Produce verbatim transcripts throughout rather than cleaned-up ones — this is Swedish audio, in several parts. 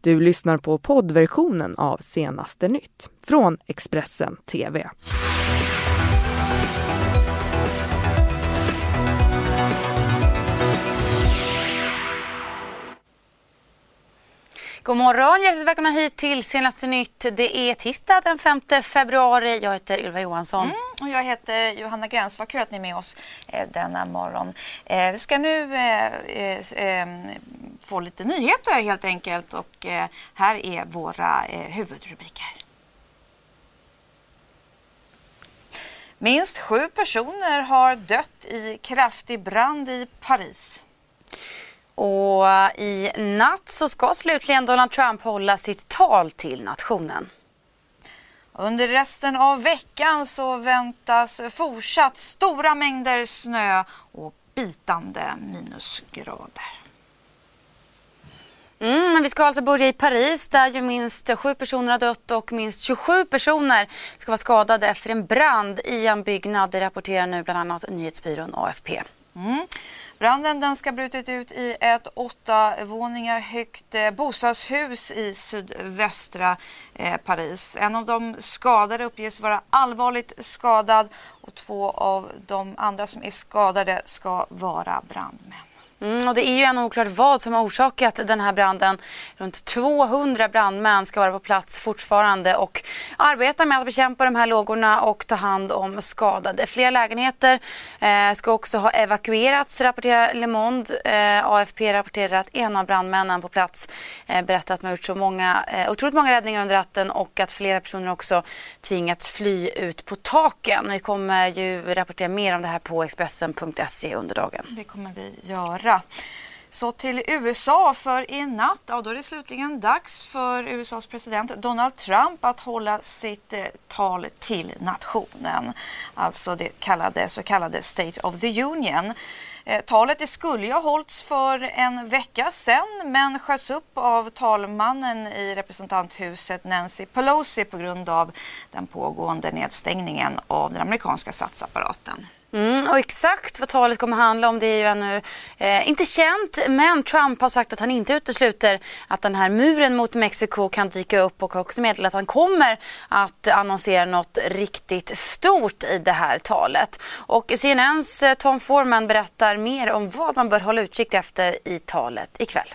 Du lyssnar på poddversionen av Senaste nytt från Expressen T V. God morgon, hjärtligt välkomna hit till Senaste nytt. Det är tisdag den femte februari. Jag heter Ylva Johansson. Mm, och jag heter Johanna Gräns. Vad kul att ni är med oss eh, denna morgon. Eh, vi ska nu eh, eh, få lite nyheter helt enkelt. Och eh, här är våra eh, huvudrubriker. Minst sju personer har dött i kraftig brand i Paris. Och i natt så ska slutligen Donald Trump hålla sitt tal till nationen. Under resten av veckan så väntas fortsatt stora mängder snö och bitande minusgrader. Mm, men vi ska alltså börja i Paris där ju minst sju personer har dött och minst tjugosju personer ska vara skadade efter en brand i en byggnad. Det rapporterar nu bland annat nyhetsbyrån A F P. Mm. Branden den ska brutit ut i ett åtta våningar högt eh, bostadshus i sydvästra eh, Paris. En av de skadade uppges vara allvarligt skadad och två av de andra som är skadade ska vara brandmän. Mm, och det är ju än oklart vad som har orsakat den här branden. Runt tvåhundra brandmän ska vara på plats fortfarande och arbeta med att bekämpa de här lågorna och ta hand om skadade. Flera lägenheter eh, ska också ha evakuerats, rapporterar Le Monde. Eh, A F P rapporterar att en av brandmännen på plats eh, berättat att man har gjort så många, eh, otroligt många räddningar under natten och att flera personer också tvingats fly ut på taken. Vi kommer ju rapportera mer om det här på Expressen punkt se under dagen. Det kommer vi göra. Så till U S A, för i natt, ja, då är det slutligen dags för U S A:s president Donald Trump att hålla sitt eh, tal till nationen. Alltså det kallade, så kallade State of the Union. Eh, talet det skulle ju ha hållits för en vecka sedan men sköts upp av talmannen i representanthuset Nancy Pelosi på grund av den pågående nedstängningen av den amerikanska statsapparaten. Mm, och exakt vad talet kommer handla om det är ju ännu eh, inte känt, men Trump har sagt att han inte utesluter att den här muren mot Mexiko kan dyka upp och också meddelat att han kommer att annonsera något riktigt stort i det här talet. Och C N N:s eh, Tom Foreman berättar mer om vad man bör hålla utkik efter i talet ikväll.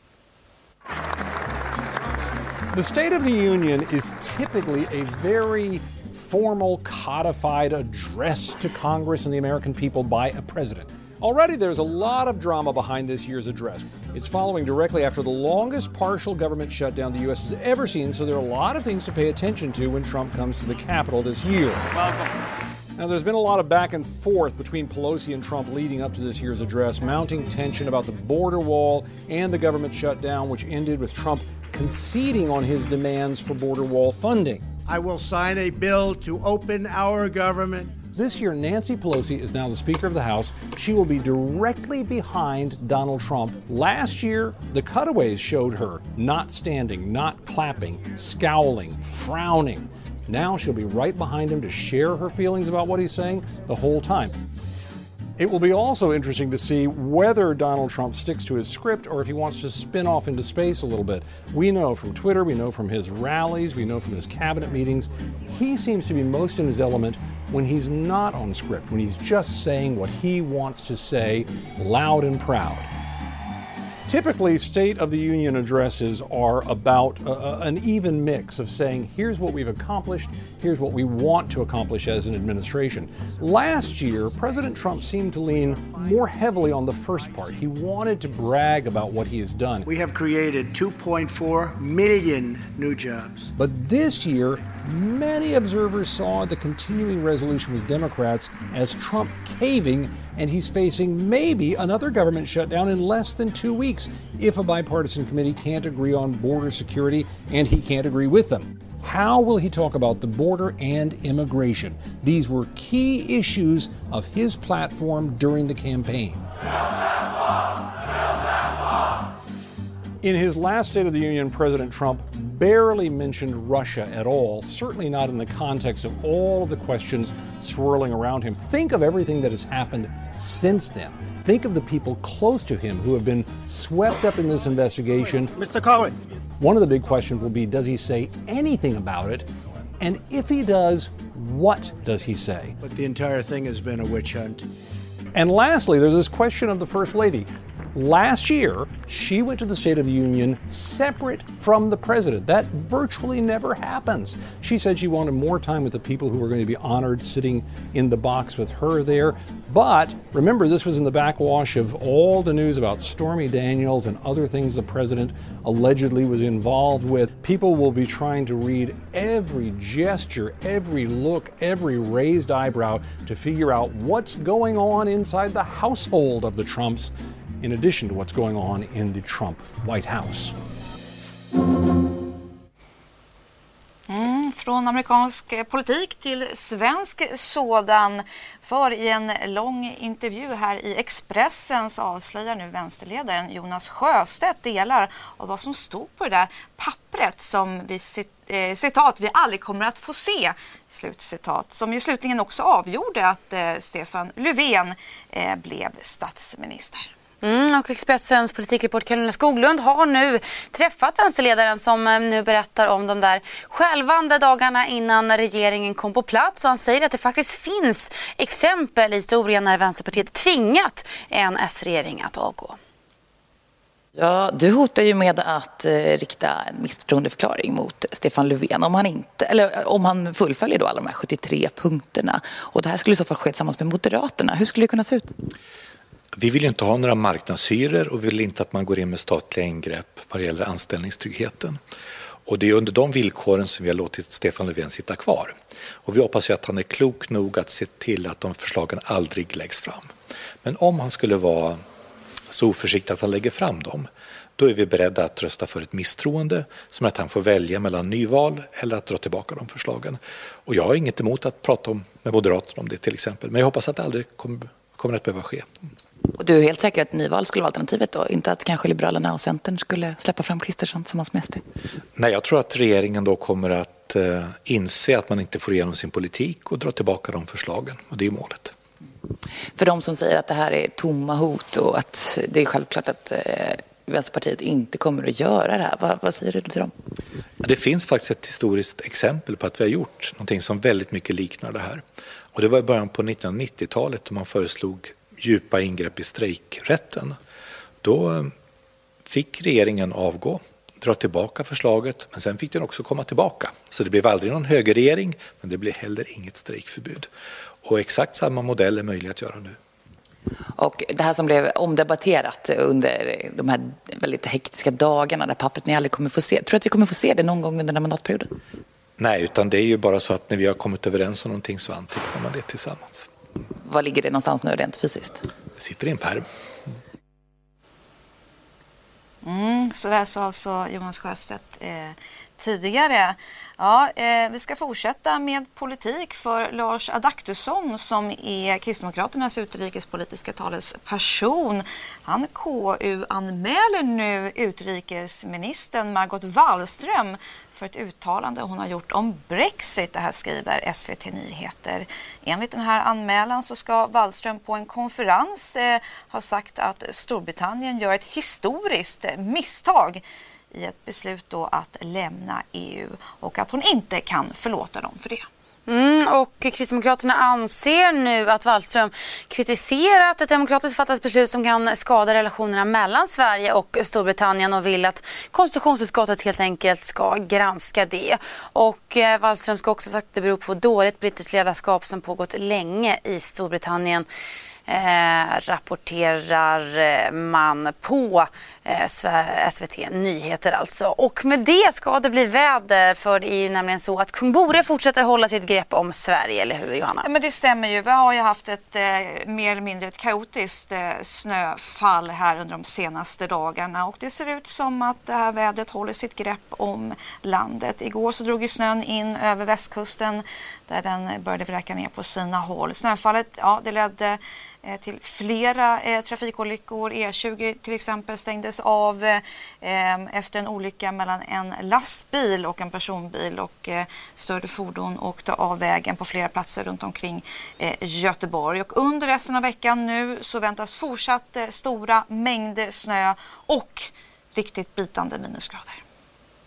The State of the Union is typically a very formal, codified address to Congress and the American people by a president. Already there's a lot of drama behind this year's address. It's following directly after the longest partial government shutdown the U S has ever seen, so there are a lot of things to pay attention to when Trump comes to the Capitol this year. Welcome. Now, there's been a lot of back and forth between Pelosi and Trump leading up to this year's address, mounting tension about the border wall and the government shutdown, which ended with Trump conceding on his demands for border wall funding. I will sign a bill to open our government. This year, Nancy Pelosi is now the Speaker of the House. She will be directly behind Donald Trump. Last year, the cutaways showed her not standing, not clapping, scowling, frowning. Now she'll be right behind him to share her feelings about what he's saying the whole time. It will be also interesting to see whether Donald Trump sticks to his script or if he wants to spin off into space a little bit. We know from Twitter, we know from his rallies, we know from his cabinet meetings, he seems to be most in his element when he's not on script, when he's just saying what he wants to say loud and proud. Typically, State of the Union addresses are about uh, an even mix of saying, here's what we've accomplished, here's what we want to accomplish as an administration. Last year, President Trump seemed to lean more heavily on the first part. He wanted to brag about what he has done. We have created two point four million new jobs. But this year, many observers saw the continuing resolution with Democrats as Trump caving, and he's facing maybe another government shutdown in less than two weeks if a bipartisan committee can't agree on border security and he can't agree with them. How will he talk about the border and immigration? These were key issues of his platform during the campaign. In his last State of the Union, President Trump barely mentioned Russia at all, certainly not in the context of all of the questions swirling around him. Think of everything that has happened since then. Think of the people close to him who have been swept up in this investigation. Mister Cohen. One of the big questions will be, does he say anything about it? And if he does, what does he say? But the entire thing has been a witch hunt. And lastly, there's this question of the First Lady. Last year, she went to the State of the Union separate from the president. That virtually never happens. She said she wanted more time with the people who were going to be honored sitting in the box with her there. But remember, this was in the backwash of all the news about Stormy Daniels and other things the president allegedly was involved with. People will be trying to read every gesture, every look, every raised eyebrow to figure out what's going on inside the household of the Trumps, in addition to what's going on in the Trump White House. Mm, från amerikansk politik till svensk sådan. För i en lång intervju här i Expressen så avslöjar nu vänsterledaren Jonas Sjöstedt delar av vad som stod på det där pappret som vi eh, citat vi aldrig kommer att få se, slutcitat, som ju slutligen också avgjorde att eh, Stefan Löfven eh, blev statsminister. Mm, och Expressens politikreporter Carolina Skoglund har nu träffat vänsterledaren som nu berättar om de där skälvande dagarna innan regeringen kom på plats. Och han säger att det faktiskt finns exempel i historien när Vänsterpartiet tvingat en S-regering att avgå. Ja, du hotar ju med att eh, rikta en misstroendeförklaring mot Stefan Löfven om han inte, eller om han fullföljer då alla de här sjuttiotre punkterna. Och det här skulle i så fall ske tillsammans med Moderaterna. Hur skulle det kunna se ut? Vi vill ju inte ha några marknadshyror och vi vill inte att man går in med statliga ingrepp vad det gäller anställningstryggheten. Och det är under de villkoren som vi har låtit Stefan Löfven sitta kvar. Och vi hoppas ju att han är klok nog att se till att de förslagen aldrig läggs fram. Men om han skulle vara så oförsiktig att han lägger fram dem, då är vi beredda att rösta för ett misstroende som att han får välja mellan nyval eller att dra tillbaka de förslagen. Och jag har inget emot att prata om, med Moderaterna om det till exempel, men jag hoppas att det aldrig kommer, kommer att behöva ske. Och du är helt säker att nyval skulle vara alternativet då? Inte att kanske Liberalerna och Centern skulle släppa fram Kristersson tillsammans med S D? Nej, jag tror att regeringen då kommer att eh, inse att man inte får igenom sin politik och dra tillbaka de förslagen. Och det är målet. För de som säger att det här är tomma hot och att det är självklart att eh, Vänsterpartiet inte kommer att göra det här. Vad, vad säger du till dem? Det finns faktiskt ett historiskt exempel på att vi har gjort någonting som väldigt mycket liknar det här. Och det var i början på nittonhundranittiotalet då man föreslog djupa ingrepp i strejkrätten. Då fick regeringen avgå, dra tillbaka förslaget, men sen fick den också komma tillbaka. Så det blev aldrig någon högerregering, men det blev heller inget strejkförbud. Och exakt samma modell är möjlig att göra nu. Och det här som blev omdebatterat under de här väldigt hektiska dagarna där pappret ni aldrig kommer få se. Tror du att vi kommer få se det någon gång under den här mandatperioden? Nej, utan det är ju bara så att när vi har kommit överens om någonting så antecknar man det tillsammans. Var ligger det någonstans nu rent fysiskt? Det sitter i en pärm. Mm, så där sa alltså Jonas Sjöstedt eh, tidigare. Ja, eh, vi ska fortsätta med politik för Lars Adaktusson som är Kristdemokraternas utrikespolitiska talesperson. Han K U-anmäler nu utrikesministern Margot Wallström för ett uttalande hon har gjort om Brexit. Det här skriver S V T Nyheter. Enligt den här anmälan så ska Wallström på en konferens eh, ha sagt att Storbritannien gör ett historiskt misstag i ett beslut då att lämna E U och att hon inte kan förlåta dem för det. Mm, och Kristdemokraterna anser nu att Wallström kritiserat ett demokratiskt fattat beslut som kan skada relationerna mellan Sverige och Storbritannien och vill att konstitutionsutskottet helt enkelt ska granska det. Och eh, Wallström ska också sagt att det beror på dåligt politiskt ledarskap som pågått länge i Storbritannien. Eh, rapporterar man på eh, S V T Nyheter alltså. Och med det ska det bli väder, för det är ju nämligen så att Kung Bore fortsätter hålla sitt grepp om Sverige, eller hur Johanna? Ja, men det stämmer ju. Vi har ju haft ett eh, mer eller mindre ett kaotiskt eh, snöfall här under de senaste dagarna och det ser ut som att det här vädret håller sitt grepp om landet. Igår så drog ju snön in över västkusten där den började vräka ner på sina håll. Snöfallet, ja, det ledde till flera eh, trafikolyckor. E tjugo till exempel stängdes av eh, efter en olycka mellan en lastbil och en personbil och eh, större fordon åkte av vägen på flera platser runt omkring eh, Göteborg. Och under resten av veckan nu så väntas fortsatt eh, stora mängder snö och riktigt bitande minusgrader.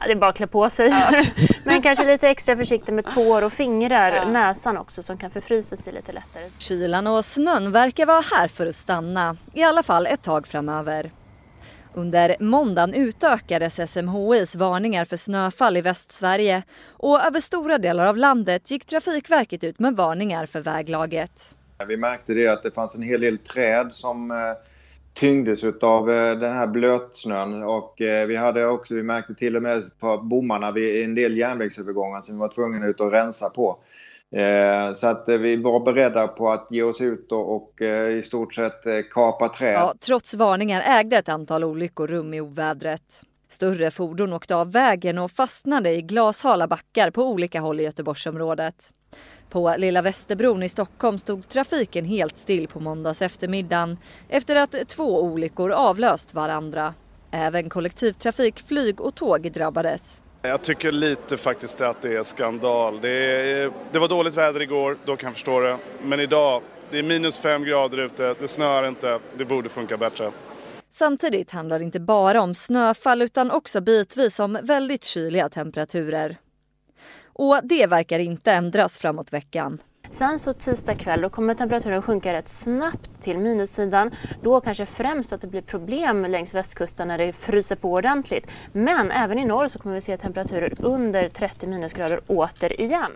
det är bara att klä på sig. Ja. Men kanske lite extra försiktig med tår och fingrar, ja. Näsan också som kan förfrysa sig lite lättare. Kylan och snön verkar vara här för att stanna, i alla fall ett tag framöver. Under måndagen utökades S M H I:s varningar för snöfall i Västsverige och över stora delar av landet gick Trafikverket ut med varningar för väglaget. Vi märkte det att det fanns en hel del träd som eh, tyngdes av eh, den här blötsnön och eh, vi hade också, vi märkte till och med på bommarna vid en del järnvägsövergångar som vi var tvungna ut och rensa på. Eh, så att eh, vi var beredda på att ge oss ut och, och eh, i stort sett eh, kapa träd. Ja, trots varningar ägde ett antal olyckor rum i ovädret. Större fordon åkte av vägen och fastnade i glashala backar på olika håll i Göteborgsområdet. På Lilla Västerbron i Stockholm stod trafiken helt still på måndags eftermiddagen efter att två olyckor avlöst varandra. Även kollektivtrafik, flyg och tåg drabbades. Jag tycker lite faktiskt att det är skandal. Det, är, det var dåligt väder igår, då kan jag förstå det. Men idag, det är minus fem grader ute, det snör inte, det borde funka bättre. Samtidigt handlar det inte bara om snöfall utan också bitvis om väldigt kyliga temperaturer. Och det verkar inte ändras framåt veckan. Sen så tisdag kväll då kommer temperaturen sjunka rätt snabbt till minussidan. Då kanske främst att det blir problem längs västkusten när det fryser på ordentligt. Men även i norr så kommer vi se temperaturer under trettio minusgrader återigen.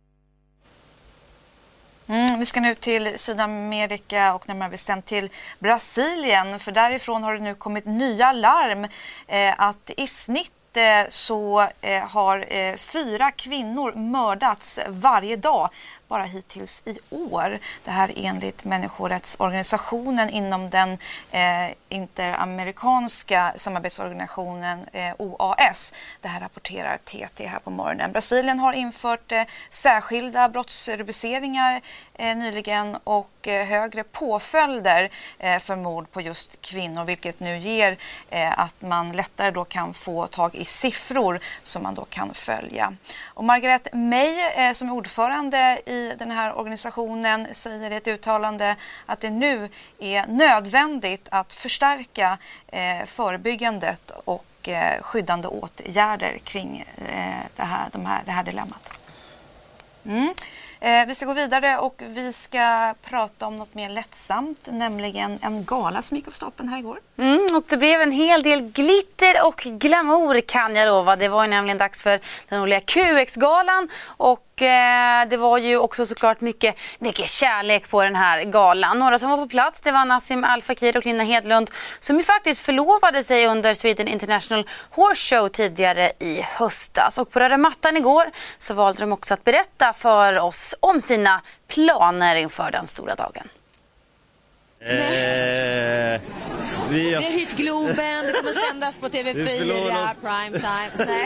Mm, vi ska nu till Sydamerika och närmare bestämt till Brasilien. För därifrån har det nu kommit nya larm eh, att i snitt så eh, har eh, fyra kvinnor mördats varje dag bara hittills i år. Det här enligt människorättsorganisationen inom den eh, interamerikanska samarbetsorganisationen eh, O A S. Det här rapporterar T T här på morgonen. Brasilien har infört eh, särskilda brottsrubriceringar eh, nyligen och eh, högre påföljder eh, för mord på just kvinnor, vilket nu ger eh, att man lättare då kan få tag i siffror som man då kan följa. Och Margaret May eh, som är ordförande i den här organisationen säger i ett uttalande att det nu är nödvändigt att förstärka eh, förebyggandet och eh, skyddande åtgärder kring eh, det, här, de här, det här dilemmat. Mm. Eh, vi ska gå vidare och vi ska prata om något mer lättsamt, nämligen en gala som gick av stapeln här igår. Mm, och det blev en hel del glitter och glamour kan jag lova. Det var ju nämligen dags för den årliga Q X-galan och eh, det var ju också såklart mycket, mycket kärlek på den här galan. Några som var på plats, det var Nassim Al Fakir och Lina Hedlund som ju faktiskt förlovade sig under Sweden International Horse Show tidigare i höstas. Och på röda mattan igår så valde de också att berätta för oss om sina planer inför den stora dagen. Eh, vi, har... vi har hyrt Globen, det kommer sändas på T V fyra, primetime. Nej.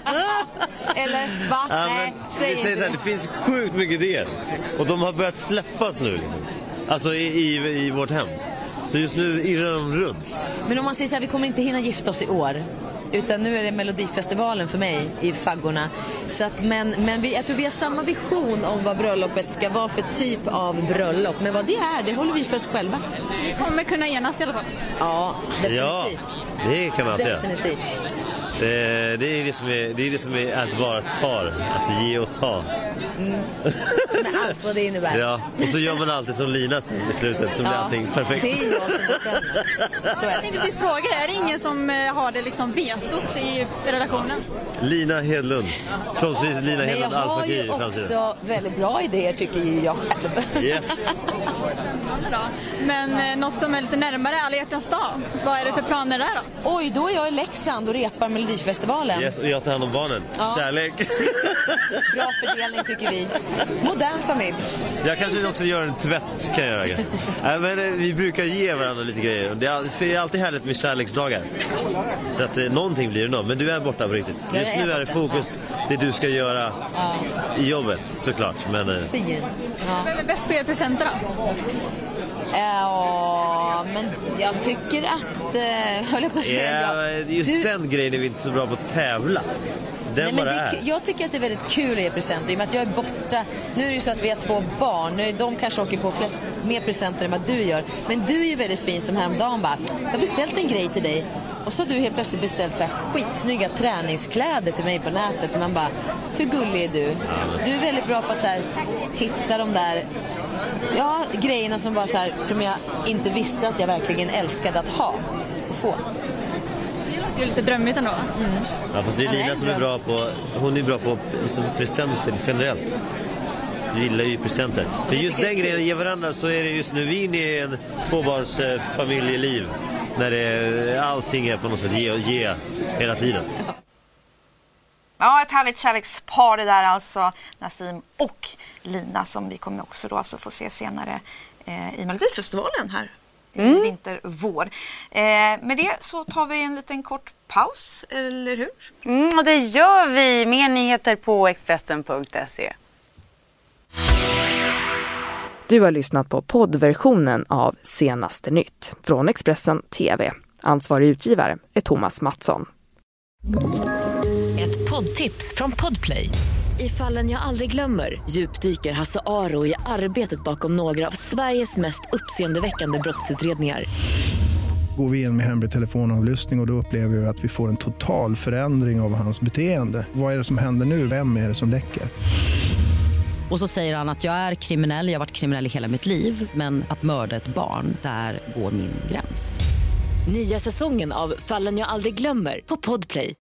Eller va? Ja, Nej, säg vi säger så här, det finns sjukt mycket idéer. Och de har börjat släppas nu liksom. Alltså i, i, i vårt hem. Så just nu irrar de runt. Men om man säger så här, vi kommer inte hinna gifta oss i år. Utan nu är det Melodifestivalen för mig i faggorna. Så att, men men vi, jag tror vi har samma vision om vad bröllopet ska vara för typ av bröllop. Men vad det är, det håller vi för oss själva. Vi kommer kunna enas i alla fall. Ja, definitivt. Ja, det kan man alltid göra. Definitivt. Det, det, är det, som är, det är det som är att vara ett par. Att ge och ta. Mm. Med allt vad det innebär. Ja, och så gör man alltid som Lina sen i slutet. Så blir ja, allting perfekt. Det är jag som bestämmer. Så är det. Det finns frågor. Är det ingen som har det liksom vetot i relationen? Lina Hedlund. Förhoppningsvis Lina Men Hedlund. jag har ju också väldigt bra idéer tycker jag själv. Yes. Men eh, något som är lite närmare Alla hjärtans dag. Vad är det för planer där då? Oj, då är jag i Leksand och repar Melodifestivalen. Yes, och jag tar hand om barnen. Ja. Kärlek. Bra fördelning tycker vi. Modern familj. Jag kanske också gör en tvätt kan jag göra. Nej, men eh, vi brukar ge varandra lite grejer. Det är, för det är alltid härligt med kärleksdagar. Så att eh, någonting blir det nog. Men du är borta på riktigt. Just är nu är det fokus det du ska göra ja. i jobbet såklart. Men, eh... fin. Ja. Vem är bäst på er presenter då? Ja, men jag tycker att uh, höll jag på att säga. Ja, just du... den grejen är vi inte så bra på att tävla. Den Nej, men bara det, är. Jag tycker att det är väldigt kul att ge presenter i och med att jag är borta. Nu är det ju så att vi har två barn. Nu, de kanske åker på flest, mer presenter än vad du gör. Men du är ju väldigt fin som häromdagen bara. Jag har beställt en grej till dig. Och så har du helt plötsligt beställt så här skitsnygga träningskläder till mig på nätet. Och man bara, hur gullig är du? Du är väldigt bra på att så här, hitta de där ja, grejerna som, var så här, som jag inte visste att jag verkligen älskade att ha och få. Det är lite drömmigt ändå. Mm. Ja, fast det är Lina som är bra på, hon är bra på liksom presenter generellt. Du gillar ju presenter. Men just den grejen att ge varandra så är det just nu vi är inne i en tvåbarns eh, familjeliv. När det, allting är på något sätt ge och ge hela tiden. Ja, ett härligt kärlekspar det där alltså. Nassim och Lina som vi kommer också då alltså få se senare eh, i Melodifestivalen här. Mm. I vinter, vår. Eh, med det så tar vi en liten kort paus, eller hur? Mm, och det gör vi. Mer nyheter på Expressen punkt se. Du har lyssnat på poddversionen av Senaste nytt från Expressen T V. Ansvarig utgivare är Thomas Mattsson. Ett poddtips från Podplay. I Fallen jag aldrig glömmer djupdyker Hasse Aro i arbetet bakom några av Sveriges mest uppseendeväckande brottsutredningar. Går vi in med hemlig telefonavlyssning och då upplever vi att vi får en total förändring av hans beteende. Vad är det som händer nu? Vem är det som läcker? Och så säger han att jag är kriminell, jag har varit kriminell i hela mitt liv. Men att mörda ett barn, där går min gräns. Nya säsongen av Fallen jag aldrig glömmer på Podplay.